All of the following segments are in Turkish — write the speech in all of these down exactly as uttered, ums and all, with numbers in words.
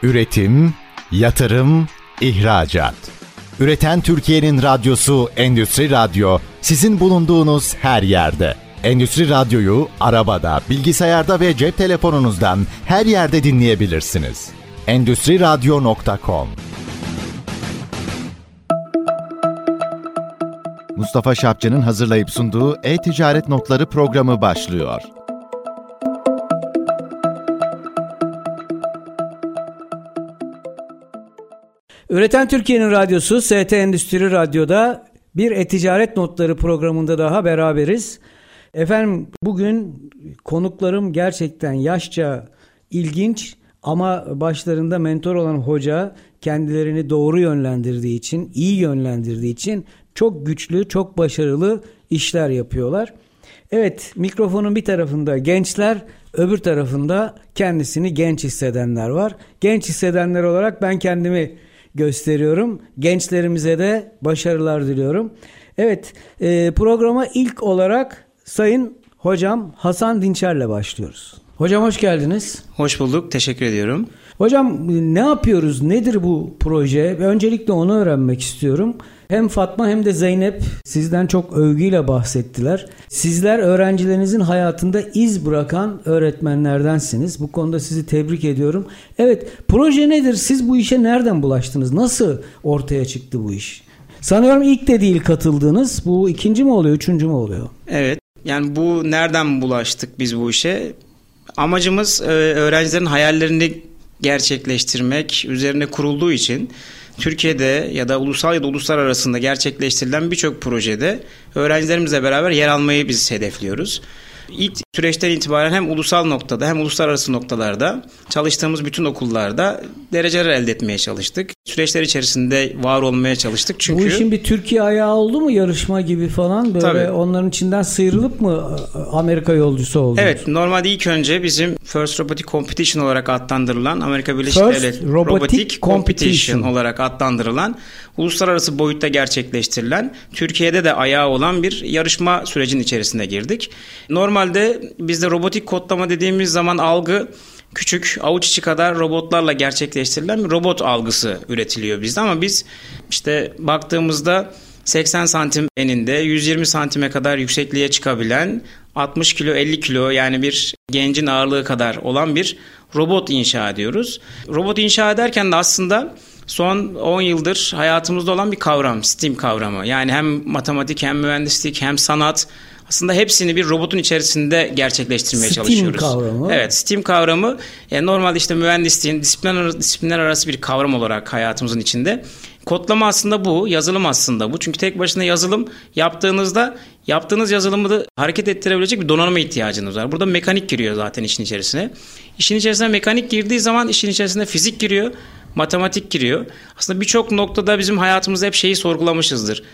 Üretim, yatırım, ihracat. Üreten Türkiye'nin radyosu Endüstri Radyo, sizin bulunduğunuz her yerde. Endüstri Radyo'yu arabada, bilgisayarda ve cep telefonunuzdan her yerde dinleyebilirsiniz. endüstri radyo nokta com. Mustafa Şapçı'nın hazırlayıp sunduğu E-Ticaret Notları programı başlıyor. Üreten Türkiye'nin radyosu S T Endüstri Radyo'da bir E-Ticaret Notları programında daha beraberiz. Efendim, bugün konuklarım gerçekten yaşça ilginç ama başlarında mentor olan hoca kendilerini doğru yönlendirdiği için, iyi yönlendirdiği için çok güçlü, çok başarılı işler yapıyorlar. Evet, mikrofonun bir tarafında gençler, öbür tarafında kendisini genç hissedenler var. Genç hissedenler olarak ben kendimi gösteriyorum. Gençlerimize de başarılar diliyorum. Evet, e, programa ilk olarak Sayın Hocam Hasan Dinçer'le başlıyoruz. Hocam hoş geldiniz. Hoş bulduk, teşekkür ediyorum. Hocam ne yapıyoruz, nedir bu proje? Öncelikle onu öğrenmek istiyorum. Hem Fatma hem de Zeynep sizden çok övgüyle bahsettiler. Sizler öğrencilerinizin hayatında iz bırakan öğretmenlerdensiniz. Bu konuda sizi tebrik ediyorum. Evet, proje nedir? Siz bu işe nereden bulaştınız? Nasıl ortaya çıktı bu iş? Sanıyorum ilk de değil katıldığınız. Bu ikinci mi oluyor, üçüncü mü oluyor? Evet, yani bu nereden bulaştık biz bu işe? Amacımız öğrencilerin hayallerini gerçekleştirmek üzerine kurulduğu için Türkiye'de ya da ulusal ya da uluslararası arasında gerçekleştirilen birçok projede öğrencilerimizle beraber yer almayı biz hedefliyoruz. İlk süreçten itibaren hem ulusal noktada hem uluslararası noktalarda çalıştığımız bütün okullarda dereceler elde etmeye çalıştık. Süreçler içerisinde var olmaya çalıştık. Çünkü bu işin bir Türkiye ayağı oldu mu, yarışma gibi falan, böyle tabii, onların içinden sıyrılıp mı Amerika yolcusu oldunuz? Evet, normalde ilk önce bizim First Robotic Competition olarak adlandırılan Amerika Birleşik First Devletleri Robotic, Robotic Competition, Competition olarak adlandırılan uluslararası boyutta gerçekleştirilen, Türkiye'de de ayağı olan bir yarışma sürecinin içerisine girdik. Normalde bizde robotik kodlama dediğimiz zaman algı küçük, avuç içi kadar robotlarla gerçekleştirilen bir robot algısı üretiliyor bizde, ama biz işte baktığımızda seksen santim eninde, yüz yirmi santime kadar yüksekliğe çıkabilen, altmış kilo elli kilo yani bir gencin ağırlığı kadar olan bir robot inşa ediyoruz. Robot inşa ederken de aslında son on yıldır hayatımızda olan bir kavram, STEAM kavramı. Yani hem matematik hem mühendislik hem sanat, aslında hepsini bir robotun içerisinde gerçekleştirmeye STEAM çalışıyoruz. Kavramı. Evet, STEAM kavramı yani normalde işte mühendisliğin disiplinler, disiplinler arası bir kavram olarak hayatımızın içinde. Kodlama aslında bu, yazılım aslında bu. Çünkü tek başına yazılım yaptığınızda yaptığınız yazılımı da hareket ettirebilecek bir donanıma ihtiyacınız var. Burada mekanik giriyor zaten işin içerisine. İşin içerisine mekanik girdiği zaman işin içerisine fizik giriyor, matematik giriyor. Aslında birçok noktada bizim hayatımızda hep şeyi sorgulamışızdır.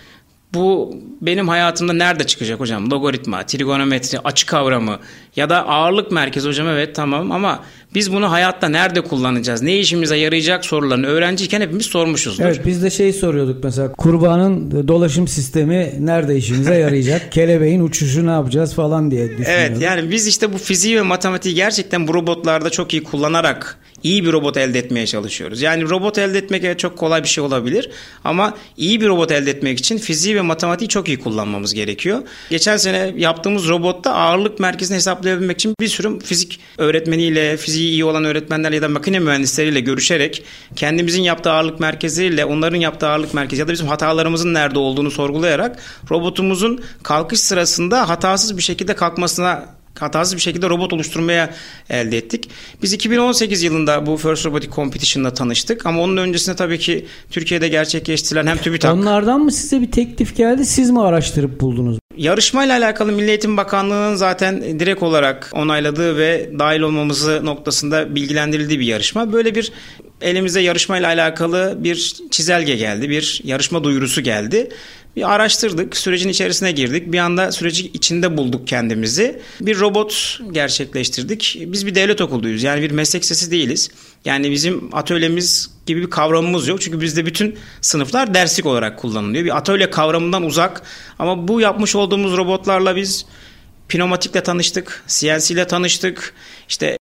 Bu benim hayatımda nerede çıkacak hocam? Logaritma, trigonometri, açı kavramı ya da ağırlık merkezi hocam, evet tamam, ama biz bunu hayatta nerede kullanacağız? Ne işimize yarayacak sorularını öğrenciyken hepimiz sormuşuzdur. Evet, biz de şey soruyorduk mesela, kurbanın dolaşım sistemi nerede işimize yarayacak? Kelebeğin uçuşu ne yapacağız falan diye düşünüyorduk. Evet, yani biz işte bu fiziği ve matematiği gerçekten bu robotlarda çok iyi kullanarak iyi bir robot elde etmeye çalışıyoruz. Yani robot elde etmek evet çok kolay bir şey olabilir, ama iyi bir robot elde etmek için fiziği ve matematiği çok iyi kullanmamız gerekiyor. Geçen sene yaptığımız robotta ağırlık merkezini hesaplayabilmek için bir sürü fizik öğretmeniyle, fiziği iyi olan öğretmenler ya da makine mühendisleriyle görüşerek kendimizin yaptığı ağırlık merkeziyle onların yaptığı ağırlık merkezi ya da bizim hatalarımızın nerede olduğunu sorgulayarak robotumuzun kalkış sırasında hatasız bir şekilde kalkmasına hatasız bir şekilde robot oluşturmaya elde ettik. Biz iki bin on sekiz yılında bu First Robotic Competition'la tanıştık, ama onun öncesinde tabii ki Türkiye'de gerçekleştirilen hem TÜBİTAK... Onlardan mı size bir teklif geldi, siz mi araştırıp buldunuz? Yarışmayla alakalı Milli Eğitim Bakanlığı'nın zaten direkt olarak onayladığı ve dahil olmamızı noktasında bilgilendirildiği bir yarışma. Böyle bir elimize yarışmayla alakalı bir çizelge geldi, bir yarışma duyurusu geldi. Bir araştırdık, sürecin içerisine girdik. Bir anda sürecin içinde bulduk kendimizi. Bir robot gerçekleştirdik. Biz bir devlet okuluyuz. Yani bir meslek lisesi değiliz. Yani bizim atölyemiz gibi bir kavramımız yok. Çünkü bizde bütün sınıflar derslik olarak kullanılıyor. Bir atölye kavramından uzak. Ama bu yapmış olduğumuz robotlarla biz pneumatikle tanıştık, C N C ile tanıştık. İşte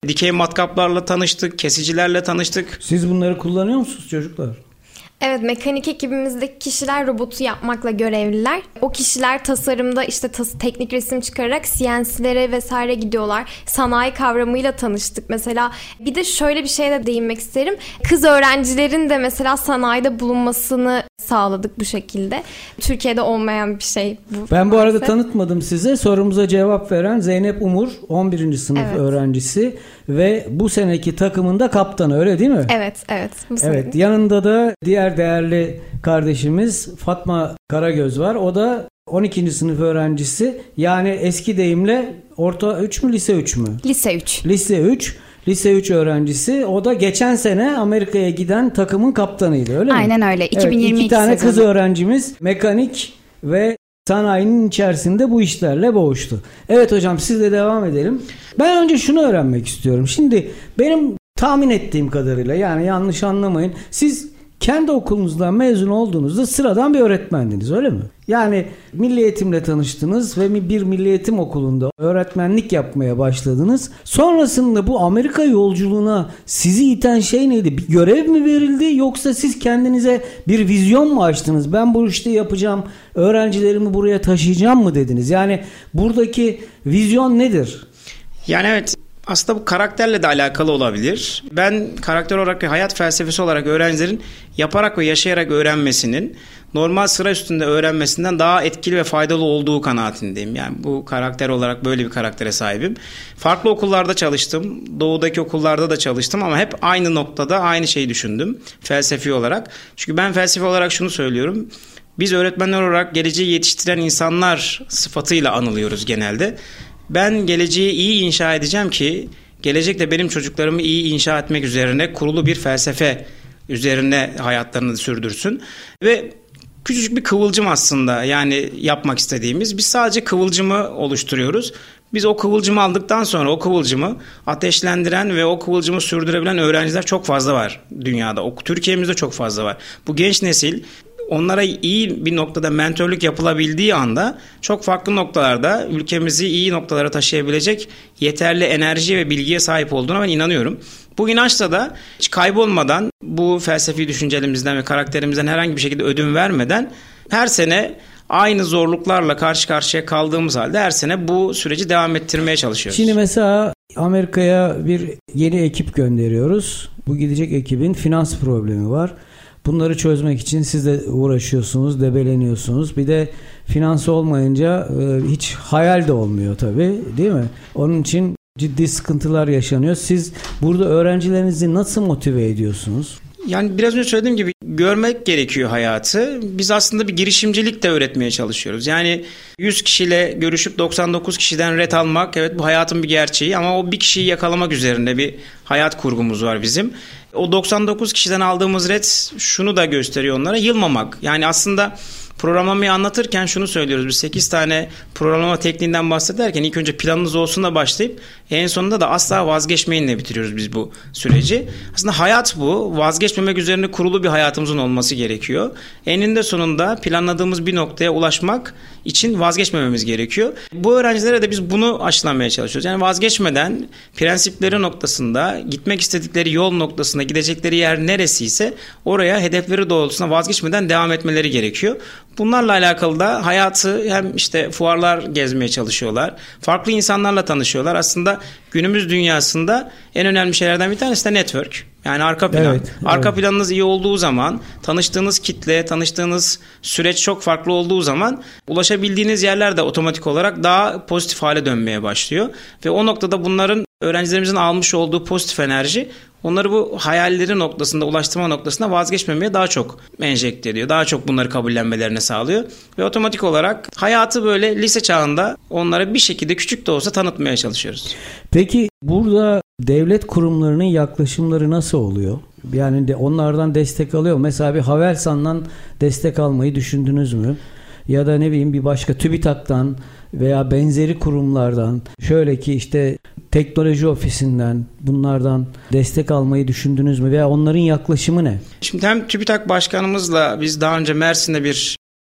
Dikey matkaplarla tanıştık, kesicilerle tanıştık. Siz bunları kullanıyor musunuz çocuklar? Evet, mekanik ekibimizdeki kişiler robotu yapmakla görevliler. O kişiler tasarımda işte tas- teknik resim çıkararak C N C'lere vesaire gidiyorlar. Sanayi kavramıyla tanıştık mesela. Bir de şöyle bir şeye de değinmek isterim. Kız öğrencilerin de mesela sanayide bulunmasını sağladık bu şekilde. Türkiye'de olmayan bir şey bu. Ben bu arada maalesef tanıtmadım size. Sorumuza cevap veren Zeynep Umur, on birinci sınıf Evet. öğrencisi ve bu seneki takımında kaptanı, öyle değil mi? Evet, evet. Bu Evet, sene. yanında da diğer değerli kardeşimiz Fatma Karagöz var. O da on ikinci sınıf öğrencisi. Yani eski deyimle orta üç mü, lise üç mü? Lise üç. Lise üç. Lise üç öğrencisi. O da geçen sene Amerika'ya giden takımın kaptanıydı, öyle mi? Aynen öyle. iki bin yirmi iki evet, iki tane sezonu. kız öğrencimiz mekanik ve sanayinin içerisinde bu işlerle boğuştu. Evet hocam, sizle devam edelim. Ben önce şunu öğrenmek istiyorum. Şimdi benim tahmin ettiğim kadarıyla, yani yanlış anlamayın, siz kendi okulunuzdan mezun olduğunuzda sıradan bir öğretmendiniz, öyle mi? Yani milli eğitimle tanıştınız ve bir milli eğitim okulunda öğretmenlik yapmaya başladınız. Sonrasında bu Amerika yolculuğuna sizi iten şey neydi? Bir görev mi verildi, yoksa siz kendinize bir vizyon mu açtınız? Ben bu işte yapacağım, öğrencilerimi buraya taşıyacağım mı dediniz? Yani buradaki vizyon nedir? Yani evet, aslında bu karakterle de alakalı olabilir. Ben karakter olarak ve hayat felsefesi olarak öğrencilerin yaparak ve yaşayarak öğrenmesinin normal sıra üstünde öğrenmesinden daha etkili ve faydalı olduğu kanaatindeyim. Yani bu karakter olarak böyle bir karaktere sahibim. Farklı okullarda çalıştım. Doğudaki okullarda da çalıştım ama hep aynı noktada aynı şeyi düşündüm felsefi olarak. Çünkü ben felsefi olarak şunu söylüyorum. Biz öğretmenler olarak geleceği yetiştiren insanlar sıfatıyla anılıyoruz genelde. Ben geleceği iyi inşa edeceğim ki gelecekte benim çocuklarımı iyi inşa etmek üzerine kurulu bir felsefe üzerine hayatlarını sürdürsün. Ve küçücük bir kıvılcım aslında, yani yapmak istediğimiz. Biz sadece kıvılcımı oluşturuyoruz. Biz o kıvılcımı aldıktan sonra o kıvılcımı ateşlendiren ve o kıvılcımı sürdürebilen öğrenciler çok fazla var dünyada. O, Türkiye'mizde çok fazla var. Bu genç nesil, onlara iyi bir noktada mentörlük yapılabildiği anda çok farklı noktalarda ülkemizi iyi noktalara taşıyabilecek yeterli enerji ve bilgiye sahip olduğuna ben inanıyorum. Bu inançla da hiç kaybolmadan, bu felsefi düşüncelerimizden ve karakterimizden herhangi bir şekilde ödün vermeden her sene aynı zorluklarla karşı karşıya kaldığımız halde her sene bu süreci devam ettirmeye çalışıyoruz. Şimdi mesela Amerika'ya bir yeni ekip gönderiyoruz. Bu gidecek ekibin finans problemi var. Bunları çözmek için siz de uğraşıyorsunuz, debeleniyorsunuz. Bir de finans olmayınca e, hiç hayal de olmuyor tabii, değil mi? Onun için ciddi sıkıntılar yaşanıyor. Siz burada öğrencilerinizi nasıl motive ediyorsunuz? Yani biraz önce söylediğim gibi görmek gerekiyor hayatı. Biz aslında bir girişimcilik de öğretmeye çalışıyoruz. Yani yüz kişiyle görüşüp doksan dokuz kişiden ret almak, evet bu hayatın bir gerçeği, ama o bir kişiyi yakalamak üzerine bir hayat kurgumuz var bizim. O doksan dokuz kişiden aldığımız ret şunu da gösteriyor onlara: yılmamak. Yani aslında programlamayı anlatırken şunu söylüyoruz. Biz sekiz tane programlama tekniğinden bahsederken ilk önce planınız olsun da başlayıp en sonunda da asla vazgeçmeyinle bitiriyoruz biz bu süreci. Aslında hayat bu. Vazgeçmemek üzerine kurulu bir hayatımızın olması gerekiyor. Eninde sonunda planladığımız bir noktaya ulaşmak için vazgeçmememiz gerekiyor. Bu öğrencilere de biz bunu aşılamaya çalışıyoruz. Yani vazgeçmeden prensipleri noktasında, gitmek istedikleri yol noktasında, gidecekleri yer neresiyse oraya hedefleri doğrultusunda vazgeçmeden devam etmeleri gerekiyor. Bunlarla alakalı da hayatı hem işte fuarlar gezmeye çalışıyorlar. Farklı insanlarla tanışıyorlar. Aslında günümüz dünyasında en önemli şeylerden bir tanesi de network. Yani arka plan. Evet, arka evet. planınız iyi olduğu zaman, tanıştığınız kitle, tanıştığınız süreç çok farklı olduğu zaman ulaşabildiğiniz yerler de otomatik olarak daha pozitif hale dönmeye başlıyor. Ve o noktada bunların, öğrencilerimizin almış olduğu pozitif enerji onları bu hayalleri noktasında, ulaştırma noktasında vazgeçmemeye daha çok enjekte ediyor. Daha çok bunları kabullenmelerine sağlıyor. Ve otomatik olarak hayatı böyle lise çağında onlara bir şekilde küçük de olsa tanıtmaya çalışıyoruz. Peki burada devlet kurumlarının yaklaşımları nasıl oluyor? Yani de onlardan destek alıyor. Mesela bir Havelsan'dan destek almayı düşündünüz mü? Ya da ne bileyim bir başka TÜBİTAK'tan veya benzeri kurumlardan, şöyle ki işte teknoloji ofisinden, bunlardan destek almayı düşündünüz mü? Veya onların yaklaşımı ne? Şimdi hem TÜBİTAK Başkanımızla biz daha önce Mersin'de bir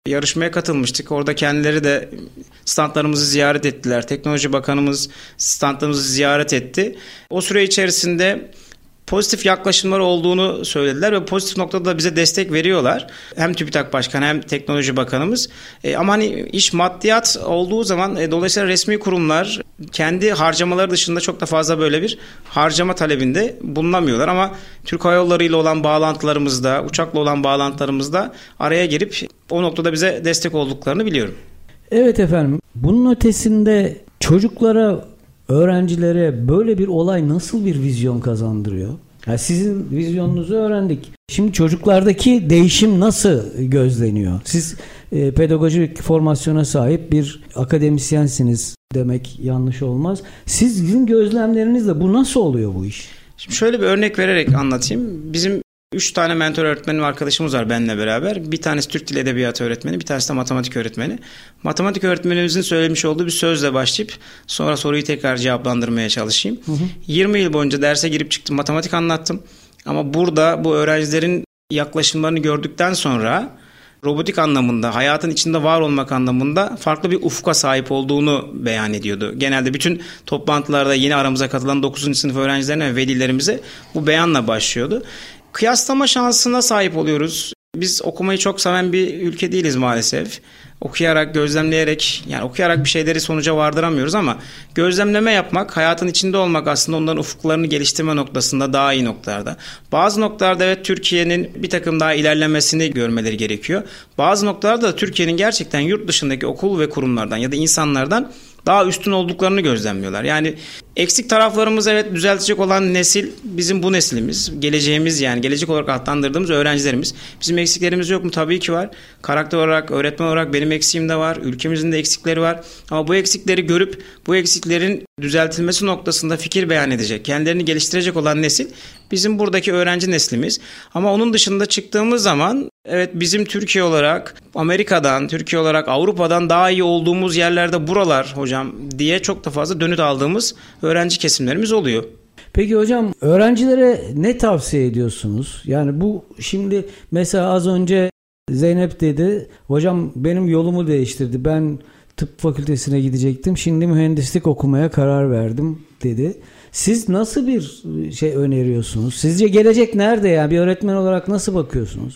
yarışmaya katılmıştık. Orada kendileri de standlarımızı ziyaret ettiler. Teknoloji Bakanımız standlarımızı ziyaret etti. O süre içerisinde pozitif yaklaşımları olduğunu söylediler ve pozitif noktada da bize destek veriyorlar. Hem TÜBİTAK Başkanı hem Teknoloji Bakanımız. E, ama hani iş maddiyat olduğu zaman e, dolayısıyla resmi kurumlar kendi harcamaları dışında çok da fazla böyle bir harcama talebinde bulunamıyorlar. Ama Türk Hava Yolları ile olan bağlantılarımızda, uçakla olan bağlantılarımızda araya girip o noktada bize destek olduklarını biliyorum. Evet efendim. Bunun ötesinde çocuklara, öğrencilere böyle bir olay nasıl bir vizyon kazandırıyor? Yani sizin vizyonunuzu öğrendik. Şimdi çocuklardaki değişim nasıl gözleniyor? Siz e, pedagojik formasyona sahip bir akademisyensiniz demek yanlış olmaz. Sizin gözlemlerinizle bu nasıl oluyor bu iş? Şimdi şöyle bir örnek vererek anlatayım. Bizim Üç tane mentor öğretmenim arkadaşımız var benimle beraber. Bir tanesi Türk Dili Edebiyatı öğretmeni, bir tanesi de matematik öğretmeni. Matematik öğretmenimizin söylemiş olduğu bir sözle başlayıp sonra soruyu tekrar cevaplandırmaya çalışayım. Hı hı. yirmi yıl boyunca derse girip çıktım, matematik anlattım. Ama burada bu öğrencilerin yaklaşımlarını gördükten sonra robotik anlamında, hayatın içinde var olmak anlamında farklı bir ufka sahip olduğunu beyan ediyordu. Genelde bütün toplantılarda yeni aramıza katılan dokuzuncu sınıf öğrencilerine ve velilerimize bu beyanla başlıyordu. Kıyaslama şansına sahip oluyoruz. Biz okumayı çok seven bir ülke değiliz maalesef. Okuyarak, gözlemleyerek, yani okuyarak bir şeyleri sonuca vardıramıyoruz ama gözlemleme yapmak, hayatın içinde olmak aslında onların ufuklarını geliştirme noktasında daha iyi noktalarda. Bazı noktalarda evet Türkiye'nin bir takım daha ilerlemesini görmeleri gerekiyor. Bazı noktalarda da Türkiye'nin gerçekten yurt dışındaki okul ve kurumlardan ya da insanlardan daha üstün olduklarını gözlemliyorlar. Yani eksik taraflarımız evet düzeltecek olan nesil bizim bu neslimiz. Geleceğimiz, yani gelecek olarak adlandırdığımız öğrencilerimiz. Bizim eksiklerimiz yok mu? Tabii ki var. Karakter olarak, öğretmen olarak benim eksiğim de var. Ülkemizin de eksikleri var. Ama bu eksikleri görüp bu eksiklerin düzeltilmesi noktasında fikir beyan edecek, kendilerini geliştirecek olan nesil bizim buradaki öğrenci neslimiz. Ama onun dışında çıktığımız zaman evet bizim Türkiye olarak Amerika'dan, Türkiye olarak Avrupa'dan daha iyi olduğumuz yerlerde buralar hocam diye çok da fazla dönüt aldığımız öğrenci kesimlerimiz oluyor. Peki hocam öğrencilere ne tavsiye ediyorsunuz? Yani bu şimdi mesela az önce Zeynep dedi, hocam benim yolumu değiştirdi. Ben tıp fakültesine gidecektim. Şimdi mühendislik okumaya karar verdim dedi. Siz nasıl bir şey öneriyorsunuz? Sizce gelecek nerede yani? Bir öğretmen olarak nasıl bakıyorsunuz?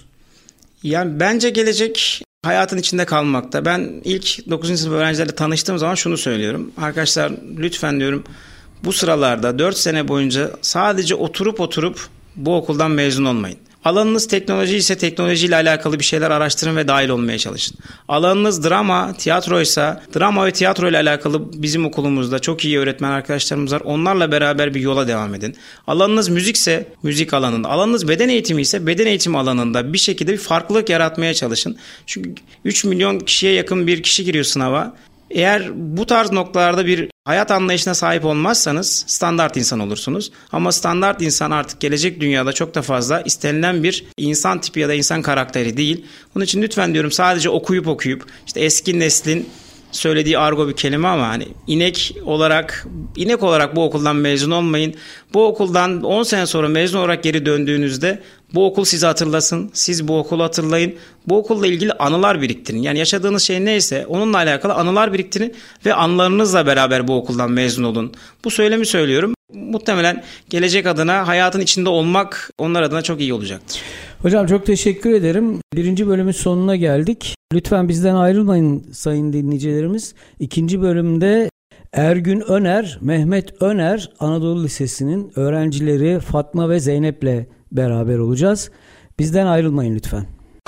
Yani bence gelecek hayatın içinde kalmakta. Ben ilk dokuzuncu sınıf öğrencilerle tanıştığım zaman şunu söylüyorum. Arkadaşlar lütfen diyorum bu sıralarda dört sene boyunca sadece oturup oturup bu okuldan mezun olmayın. Alanınız teknoloji ise teknolojiyle alakalı bir şeyler araştırın ve dahil olmaya çalışın. Alanınız drama, tiyatroysa drama ve tiyatro ile alakalı bizim okulumuzda çok iyi öğretmen arkadaşlarımız var. Onlarla beraber bir yola devam edin. Alanınız müzikse müzik alanında, alanınız beden eğitimi ise beden eğitimi alanında bir şekilde bir farklılık yaratmaya çalışın. Çünkü üç milyon kişiye yakın bir kişi giriyor sınava. Eğer bu tarz noktalarda bir hayat anlayışına sahip olmazsanız standart insan olursunuz. Ama standart insan artık gelecek dünyada çok da fazla istenilen bir insan tipi ya da insan karakteri değil. Onun için lütfen diyorum sadece okuyup okuyup işte eski neslin söylediği argo bir kelime ama hani inek olarak inek olarak bu okuldan mezun olmayın. Bu okuldan on sene sonra mezun olarak geri döndüğünüzde bu okul sizi hatırlasın. Siz bu okulu hatırlayın. Bu okulla ilgili anılar biriktirin. Yani yaşadığınız şey neyse onunla alakalı anılar biriktirin ve anılarınızla beraber bu okuldan mezun olun. Bu söylemi söylüyorum. Muhtemelen gelecek adına hayatın içinde olmak onlar adına çok iyi olacaktır. Hocam çok teşekkür ederim. Birinci bölümün sonuna geldik. Lütfen bizden ayrılmayın sayın dinleyicilerimiz. İkinci bölümde Ergün Öner, Mehmet Öner Anadolu Lisesi'nin öğrencileri Fatma ve Zeynep'le beraber olacağız. Bizden ayrılmayın lütfen.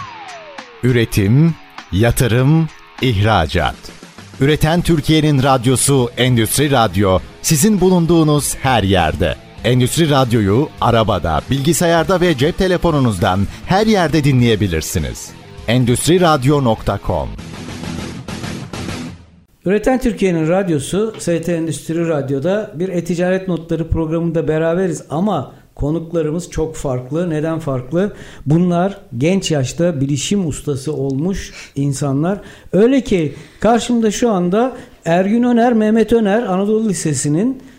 Üretim, yatırım, ihracat. Üreten Türkiye'nin radyosu Endüstri Radyo sizin bulunduğunuz her yerde. Endüstri Radyo'yu arabada, bilgisayarda ve cep telefonunuzdan her yerde dinleyebilirsiniz. endüstri radyo nokta com. Üreten Türkiye'nin radyosu S T Endüstri Radyo'da bir e-ticaret notları programında beraberiz ama konuklarımız çok farklı. Neden farklı? Bunlar genç yaşta bilişim ustası olmuş insanlar. Öyle ki karşımda şu anda Ergün Öner, Mehmet Öner Anadolu Lisesi'nin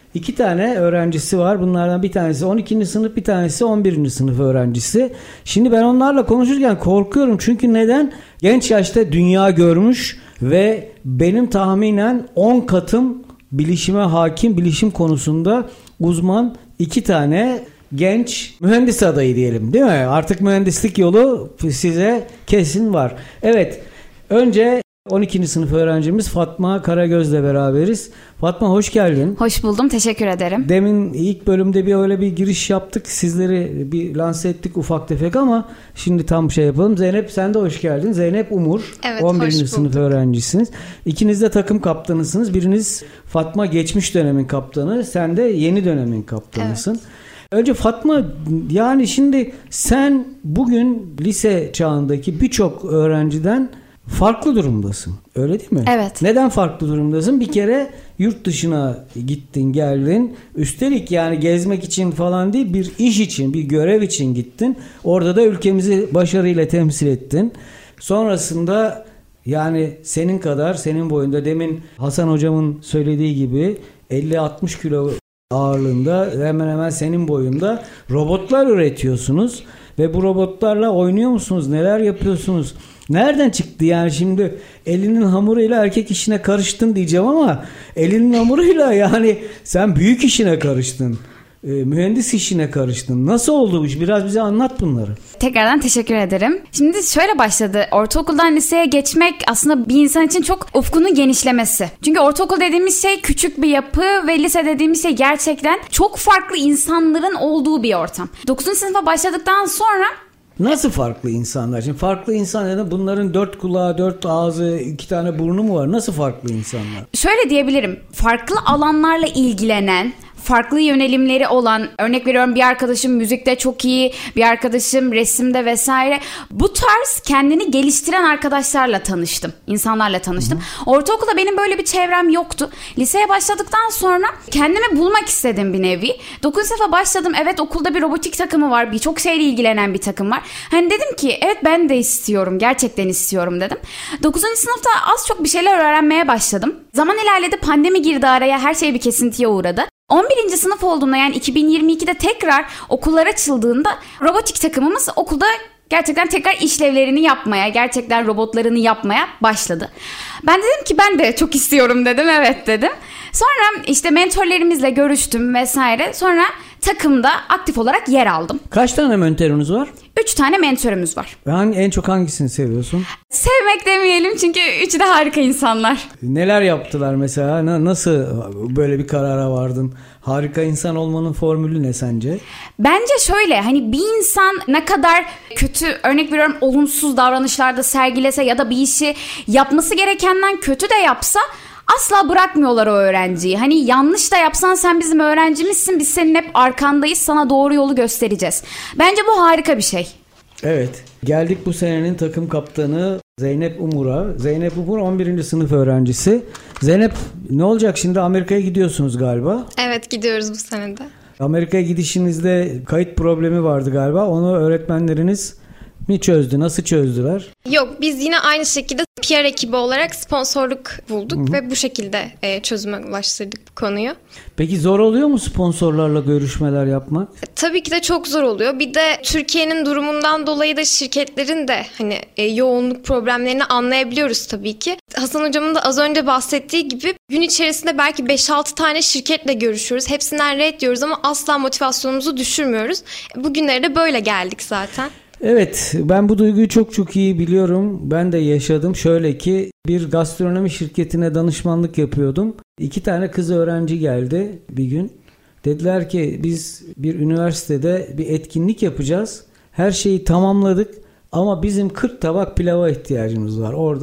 İki tane öğrencisi var. Bunlardan bir tanesi on ikinci sınıf, bir tanesi on birinci sınıf öğrencisi. Şimdi ben onlarla konuşurken korkuyorum. Çünkü neden? Genç yaşta dünya görmüş ve benim tahminen on katım bilişime hakim, bilişim konusunda uzman iki tane genç mühendis adayı diyelim, değil mi? Artık mühendislik yolu size kesin var. Evet, önce on ikinci sınıf öğrencimiz Fatma Karagöz'le beraberiz. Fatma, hoş geldin. Hoş buldum, teşekkür ederim. Demin ilk bölümde bir öyle bir giriş yaptık. Sizleri bir lanse ettik ufak tefek ama şimdi tam şey yapalım. Zeynep, sen de hoş geldin. Zeynep Umur, evet, on birinci sınıf öğrencisiniz. İkiniz de takım kaptanısınız. Biriniz Fatma geçmiş dönemin kaptanı, sen de yeni dönemin kaptanısın. Evet. Önce Fatma, yani şimdi sen bugün lise çağındaki birçok öğrenciden farklı durumdasın. Öyle değil mi? Evet. Neden farklı durumdasın? Bir kere yurt dışına gittin, geldin. Üstelik yani gezmek için falan değil, bir iş için, bir görev için gittin. Orada da ülkemizi başarıyla temsil ettin. Sonrasında yani senin kadar, senin boyunda, demin Hasan hocamın söylediği gibi elli altmış kilo ağırlığında, hemen hemen senin boyunda robotlar üretiyorsunuz ve bu robotlarla oynuyor musunuz? Neler yapıyorsunuz? Nereden çıktı yani şimdi elinin hamuruyla erkek işine karıştın diyeceğim ama elinin hamuruyla yani sen büyük işine karıştın. E, mühendis işine karıştın. Nasıl oldu bu iş? Biraz bize anlat bunları. Tekrardan teşekkür ederim. Şimdi şöyle başladı. Ortaokuldan liseye geçmek aslında bir insan için çok ufkunun genişlemesi. Çünkü ortaokul dediğimiz şey küçük bir yapı ve lise dediğimiz şey gerçekten çok farklı insanların olduğu bir ortam. dokuzuncu sınıfa başladıktan sonra nasıl farklı insanlar? Şimdi farklı insan, bunların dört kulağı, dört ağzı, iki tane burnu mu var? Nasıl farklı insanlar? Şöyle diyebilirim. Farklı alanlarla ilgilenen, farklı yönelimleri olan, örnek veriyorum bir arkadaşım müzikte çok iyi, bir arkadaşım resimde vesaire. Bu tarz kendini geliştiren arkadaşlarla tanıştım, insanlarla tanıştım. Hı-hı. Ortaokulda benim böyle bir çevrem yoktu. Liseye başladıktan sonra kendimi bulmak istedim bir nevi. dokuzuncu sınıfa başladım. Evet, okulda bir robotik takımı var, birçok şeyle ilgilenen bir takım var. Hani dedim ki evet ben de istiyorum, gerçekten istiyorum dedim. dokuzuncu sınıfta az çok bir şeyler öğrenmeye başladım. Zaman ilerledi, pandemi girdi araya, her şey bir kesintiye uğradı. on birinci sınıf olduğumda, yani iki bin yirmi ikide tekrar okullar açıldığında robotik takımımız okulda gerçekten tekrar işlevlerini yapmaya, gerçekten robotlarını yapmaya başladı. Ben dedim ki ben de çok istiyorum dedim, evet dedim. Sonra işte mentorlerimizle görüştüm vesaire. Sonra takımda aktif olarak yer aldım. Kaç tane mentorunuz var? Üç tane mentörümüz var. Ben en çok hangisini seviyorsun? Sevmek demeyelim çünkü üçü de harika insanlar. Neler yaptılar mesela? Nasıl böyle bir karara vardın? Harika insan olmanın formülü ne sence? Bence şöyle, hani bir insan ne kadar kötü, örnek veriyorum olumsuz davranışlarda sergilese ya da bir işi yapması gerekenden kötü de yapsa asla bırakmıyorlar o öğrenciyi. Hani yanlış da yapsan sen bizim öğrencimizsin, biz senin hep arkandayız, sana doğru yolu göstereceğiz. Bence bu harika bir şey. Evet, geldik bu senenin takım kaptanı Zeynep Umur'a. Zeynep Umur on birinci sınıf öğrencisi. Zeynep, ne olacak şimdi, Amerika'ya gidiyorsunuz galiba? Evet, gidiyoruz bu senede. Amerika'ya gidişinizde kayıt problemi vardı galiba. Onu öğretmenleriniz mi çözdü? Nasıl çözdüler? Yok, biz yine aynı şekilde P R ekibi olarak sponsorluk bulduk. Hı-hı. Ve bu şekilde e, çözüme ulaştırdık bu konuyu. Peki zor oluyor mu sponsorlarla görüşmeler yapmak? E, tabii ki de çok zor oluyor. Bir de Türkiye'nin durumundan dolayı da şirketlerin de hani e, yoğunluk problemlerini anlayabiliyoruz tabii ki. Hasan hocamın da az önce bahsettiği gibi gün içerisinde belki beş altı tane şirketle görüşüyoruz. Hepsinden red diyoruz ama asla motivasyonumuzu düşürmüyoruz. E, bugünlere de böyle geldik zaten. Evet, ben bu duyguyu çok çok iyi biliyorum. Ben de yaşadım. Şöyle ki bir gastronomi şirketine danışmanlık yapıyordum. İki tane kız öğrenci geldi bir gün. Dediler ki biz bir üniversitede bir etkinlik yapacağız. Her şeyi tamamladık ama bizim kırk tabak pilava ihtiyacımız var. Orada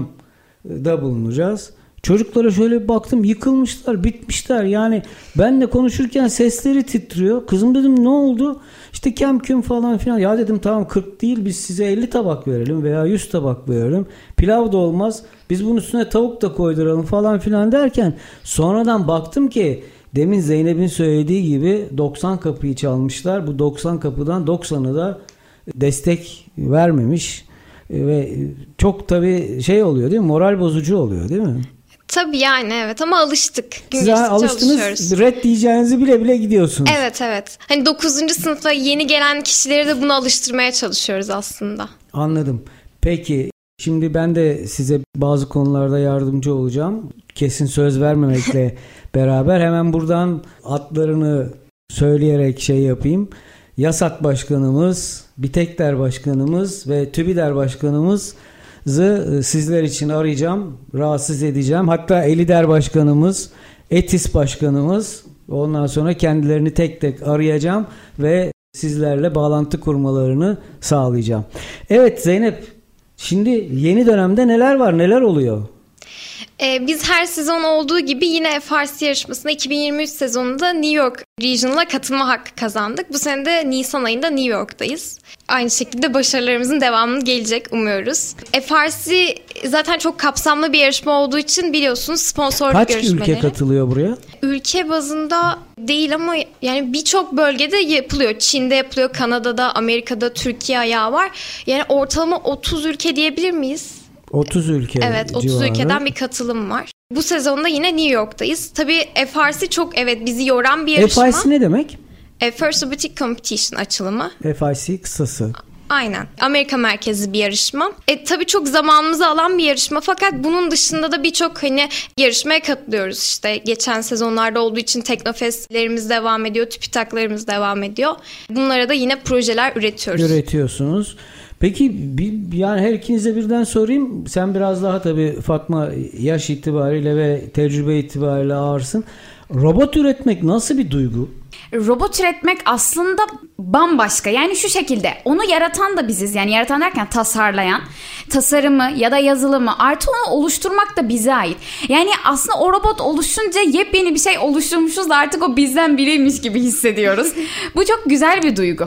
ikramda bulunacağız. Çocuklara şöyle bir baktım, yıkılmışlar, bitmişler. Yani benle konuşurken sesleri titriyor. Kızım dedim, ne oldu? İşte kem küm falan filan. Ya dedim tamam, kırk değil, biz size elli tabak verelim veya yüz tabak verelim. Pilav da olmaz. Biz bunun üstüne tavuk da koyduralım falan filan derken sonradan baktım ki demin Zeynep'in söylediği gibi doksan kapıyı çalmışlar. Bu doksan kapıdan doksanı da destek vermemiş. Ve çok tabii şey oluyor değil mi? Moral bozucu oluyor değil mi? Tabii yani evet ama alıştık. Gün Siz geçtikçe alıştınız, alışıyoruz. red diyeceğinizi bile bile gidiyorsunuz. Evet evet. Hani dokuzuncu sınıfa yeni gelen kişileri de buna alıştırmaya çalışıyoruz aslında. Anladım. Peki şimdi ben de size bazı konularda yardımcı olacağım. Kesin söz vermemekle beraber hemen buradan adlarını söyleyerek şey yapayım. YASAK Başkanımız, BİTEKDER Başkanımız ve TÜBİDER Başkanımızı sizler için arayacağım, rahatsız edeceğim. Hatta ELİDER Başkanımız, ETİS Başkanımız, ondan sonra kendilerini tek tek arayacağım ve sizlerle bağlantı kurmalarını sağlayacağım. Evet Zeynep, şimdi yeni dönemde neler var, neler oluyor? Ee, biz her sezon olduğu gibi yine F R C yarışmasında iki bin yirmi üç sezonunda New York Regional'a katılma hakkı kazandık. Bu sene de Nisan ayında New York'tayız. Aynı şekilde başarılarımızın devamı gelecek umuyoruz. F R C zaten çok kapsamlı bir yarışma olduğu için biliyorsunuz sponsorluk Kaç görüşmeleri. ülke katılıyor buraya? Ülke bazında değil ama yani birçok bölgede yapılıyor. Çin'de yapılıyor, Kanada'da, Amerika'da, Türkiye ayağı var. Yani ortalama otuz ülke diyebilir miyiz? otuz ülke Evet, otuz civarı. ülkeden bir katılım var. Bu sezonda yine New York'tayız. Tabii F R C çok evet bizi yoran bir yarışma. F I C ne demek? First Robotic Competition açılımı. F I C kısası. Aynen. Amerika merkezli bir yarışma. E, tabii çok zamanımızı alan bir yarışma fakat bunun dışında da birçok hani yarışmaya katılıyoruz. İşte geçen sezonlarda olduğu için Teknofestlerimiz devam ediyor, TÜBİTAK'larımız devam ediyor. Bunlara da yine projeler üretiyoruz. Üretiyorsunuz. Peki bir, yani her ikinize birden sorayım. Sen biraz daha tabii Fatma yaş itibariyle ve tecrübe itibariyle ağırsın. Robot üretmek nasıl bir duygu? Robot üretmek aslında bambaşka. Yani şu şekilde, onu yaratan da biziz. Yani yaratan derken tasarlayan, tasarımı ya da yazılımı artı onu oluşturmak da bize ait. Yani aslında o robot oluşunca yepyeni bir şey oluşturmuşuz da artık o bizden biriymiş gibi hissediyoruz. Bu çok güzel bir duygu.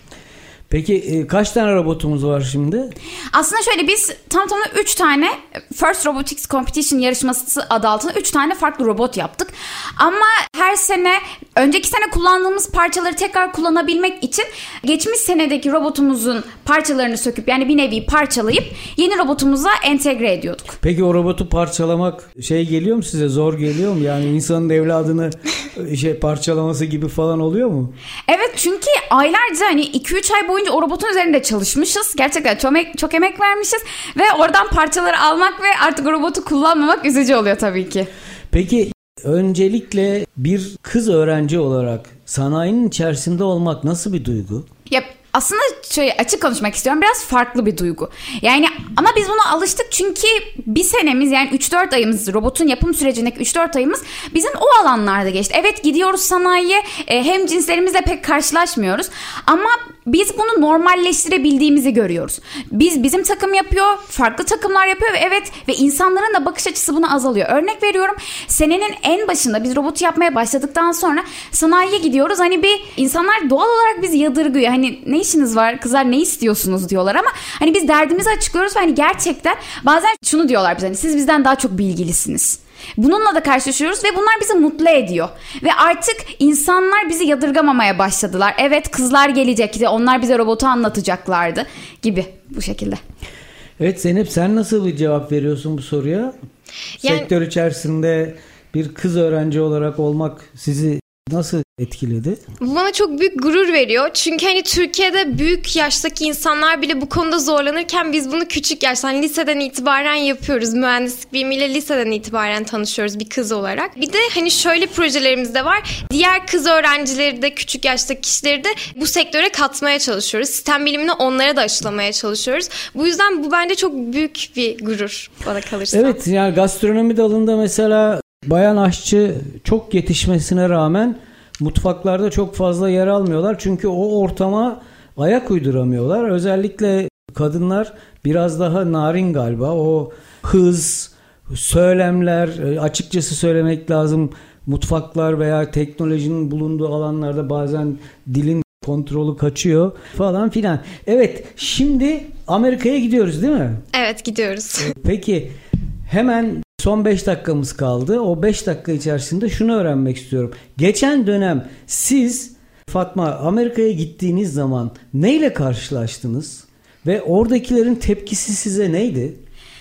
Peki kaç tane robotumuz var şimdi? Aslında şöyle, biz tam tamına üç tane First Robotics Competition yarışması adı altında üç tane farklı robot yaptık. Ama her sene, önceki sene kullandığımız parçaları tekrar kullanabilmek için geçmiş senedeki robotumuzun parçalarını söküp, yani bir nevi parçalayıp yeni robotumuza entegre ediyorduk. Peki o robotu parçalamak şey geliyor mu size, zor geliyor mu? Yani insanın evladını şey parçalaması gibi falan oluyor mu? Evet, çünkü aylarca hani iki üç ay boyunca o robotun üzerinde çalışmışız. Gerçekten çok emek, çok emek vermişiz ve oradan parçaları almak ve artık o robotu kullanmamak üzücü oluyor tabii ki. Peki öncelikle bir kız öğrenci olarak sanayinin içerisinde olmak nasıl bir duygu? Ya aslında şöyle açık konuşmak istiyorum, biraz farklı bir duygu. Yani ama biz buna alıştık çünkü bir senemiz, yani üç dört ayımız, robotun yapım sürecindeki üç dört ayımız bizim o alanlarda geçti. Evet, gidiyoruz sanayiye, hem cinslerimizle pek karşılaşmıyoruz ama biz bunu normalleştirebildiğimizi görüyoruz. Biz bizim takım yapıyor, farklı takımlar yapıyor ve evet ve insanların da bakış açısı buna azalıyor. Örnek veriyorum, senenin en başında biz robotu yapmaya başladıktan sonra sanayiye gidiyoruz. Hani bir insanlar doğal olarak bizi yadırgıyor. Hani ne işiniz var kızlar, ne istiyorsunuz diyorlar ama hani biz derdimizi açıklıyoruz ve hani gerçekten bazen şunu diyorlar bize, hani siz bizden daha çok bilgilisiniz. Bununla da karşılaşıyoruz ve bunlar bizi mutlu ediyor. Ve artık insanlar bizi yadırgamamaya başladılar. Evet, kızlar gelecekti, onlar bize robotu anlatacaklardı gibi, bu şekilde. Evet Zeynep, sen nasıl bir cevap veriyorsun bu soruya? Yani, sektör içerisinde bir kız öğrenci olarak olmak sizi nasıl etkiledi? Bu bana çok büyük gurur veriyor. Çünkü hani Türkiye'de büyük yaştaki insanlar bile bu konuda zorlanırken biz bunu küçük yaştan, liseden itibaren yapıyoruz. Mühendislik bilimiyle liseden itibaren tanışıyoruz bir kız olarak. Bir de hani şöyle projelerimiz de var. Diğer kız öğrencileri de, küçük yaştaki kişileri de bu sektöre katmaya çalışıyoruz. Sistem bilimini onlara da aşılamaya çalışıyoruz. Bu yüzden bu bence çok büyük bir gurur bana kalırsa. Evet, yani gastronomi dalında mesela bayan aşçı çok yetişmesine rağmen mutfaklarda çok fazla yer almıyorlar. Çünkü o ortama ayak uyduramıyorlar. Özellikle kadınlar biraz daha narin galiba. O hız, söylemler, açıkçası söylemek lazım, mutfaklar veya teknolojinin bulunduğu alanlarda bazen dilin kontrolü kaçıyor falan filan. Evet, şimdi Amerika'ya gidiyoruz değil mi? Evet, gidiyoruz. Peki hemen son beş dakikamız kaldı. O beş dakika içerisinde şunu öğrenmek istiyorum. Geçen dönem siz Fatma Amerika'ya gittiğiniz zaman neyle karşılaştınız? Ve oradakilerin tepkisi size neydi?